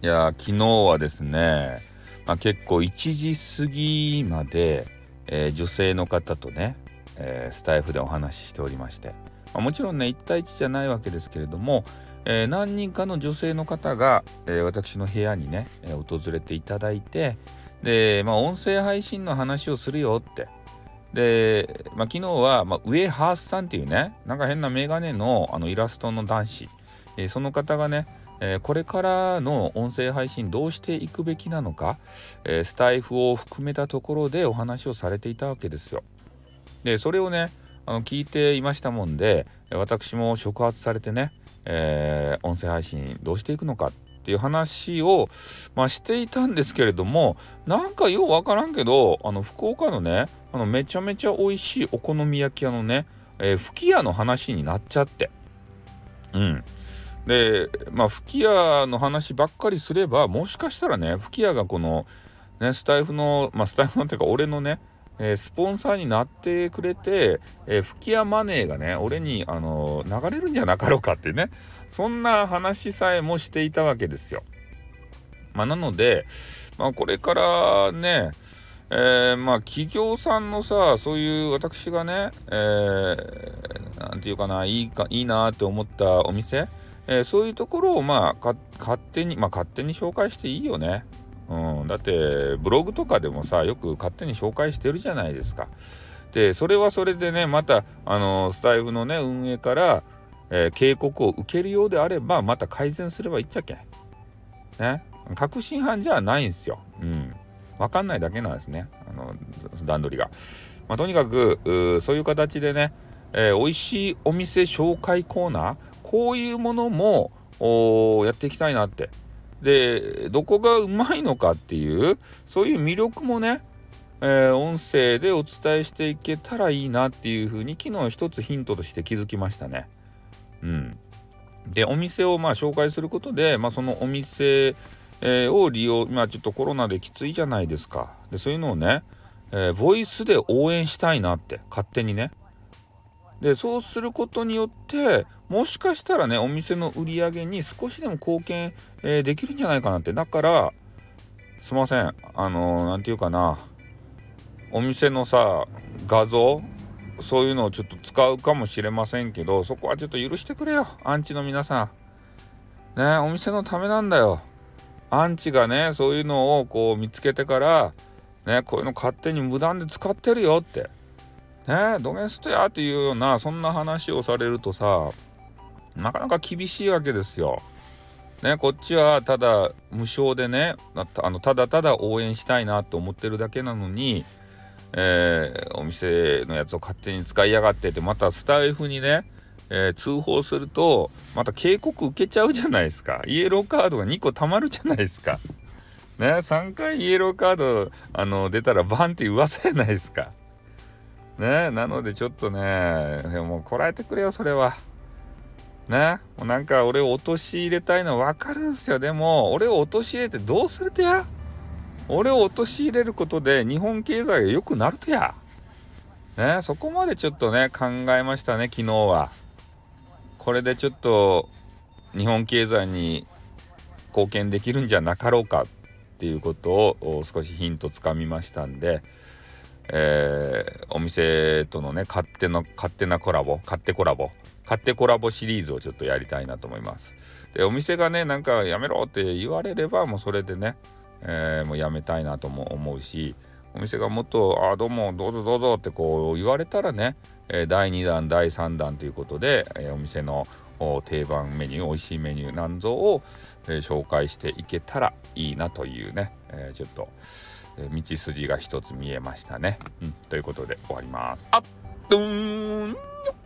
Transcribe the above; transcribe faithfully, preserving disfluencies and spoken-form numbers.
いや昨日はですね、まあ、結構いちじ過ぎまで、えー女性の方とね、えースタイフでお話ししておりまして、まあ、もちろんねいち対いちじゃないわけですけれども、えー何人かの女性の方が、えー私の部屋にね、えー訪れていただいて、で、まあ、音声配信の話をするよってで、まあ、昨日は、まあ、ウエハースさんっていうね、なんか変なメガネのあのイラストの男子、えーその方がね、えーこれからの音声配信どうしていくべきなのか、えースタイフを含めたところでお話をされていたわけですよ。で、それをね、あの聞いていましたもんで、私も触発されてね、えー音声配信どうしていくのかっていう話を、まあ、していたんですけれども、なんかようわからんけど、あの福岡のね、あのめちゃめちゃ美味しいお好み焼き屋のね、えー吹き屋の話になっちゃって、うん。で、まあ吹き屋の話ばっかりすれば、もしかしたらね、吹き屋がこのねスタイフの、まあスタイフのっていうか俺のね、えースポンサーになってくれて、えー吹き屋マネーがね俺にあのー流れるんじゃなかろうかってね、そんな話さえもしていたわけですよ。まあなので、まあこれからね、えー、まあ企業さんのさ、そういう私がね、えー、なんていうかないいかいいなって思ったお店、えーそういうところをまあか勝手にまあ勝手に紹介していいよね。うん、だってブログとかでもさよく勝手に紹介してるじゃないですか。でそれはそれでね、またあのスタイフのね運営から、えー警告を受けるようであればまた改善すればいいっちゃけね。確信犯じゃないんですよ。うん。わかんないだけなんですね。あの段取りが。まあ、とにかくうそういう形でね、えー美味しいお店紹介コーナー、こういうものもおやっていきたいなって。で、どこがうまいのかっていう、そういう魅力もね、えー音声でお伝えしていけたらいいなっていうふうに昨日一つヒントとして気づきましたね。うん。で、お店をまあ紹介することで、まあ、そのお店、えーを利用、まあちょっとコロナできついじゃないですか。で、そういうのをね、えーボイスで応援したいなって勝手にね。で、そうすることによってもしかしたらねお店の売り上げに少しでも貢献、えーできるんじゃないかなって。だからすいません、あのーなんていうかな、お店のさ画像、そういうのをちょっと使うかもしれませんけど、そこはちょっと許してくれよ、アンチの皆さんね。お店のためなんだよ。アンチがねそういうのをこう見つけてからね、こういうの勝手に無断で使ってるよってね、ドメストやっていうようなそんな話をされるとさ、なかなか厳しいわけですよ。ね、こっちはただ無償でね、あのただただ応援したいなと思ってるだけなのに、えーお店のやつを勝手に使いやがってって、またスタイフにね、えー通報するとまた警告受けちゃうじゃないですか。イエローカードがにこたまるじゃないですか。ね、さんかいイエローカードあの出たらバンって噂じゃないですか。ね、なのでちょっとね、もうこらえてくれよそれは。ね、もうなんか俺を陥れたいのはわかるんすよ。でも俺を陥れてどうするとや。俺を陥れることで日本経済が良くなるとや。ね、そこまでちょっとね考えましたね昨日は。これでちょっと日本経済に貢献できるんじゃなかろうかっていうことを少しヒントつかみましたんで、えーお店とのね勝手の勝手なコラボ勝手コラボ勝手コラボシリーズをちょっとやりたいなと思います。で、お店がねなんかやめろって言われればもうそれでね、えーもうやめたいなとも思うし、お店がもっとあどうもどうぞどうぞってこう言われたらね、えーだいにだんだいさんだんということで、えーお店のお定番メニュー美味しいメニューなんぞを、えー紹介していけたらいいなというね、えーちょっとえー道筋が一つ見えましたね。うん、ということで終わります。あっどーん。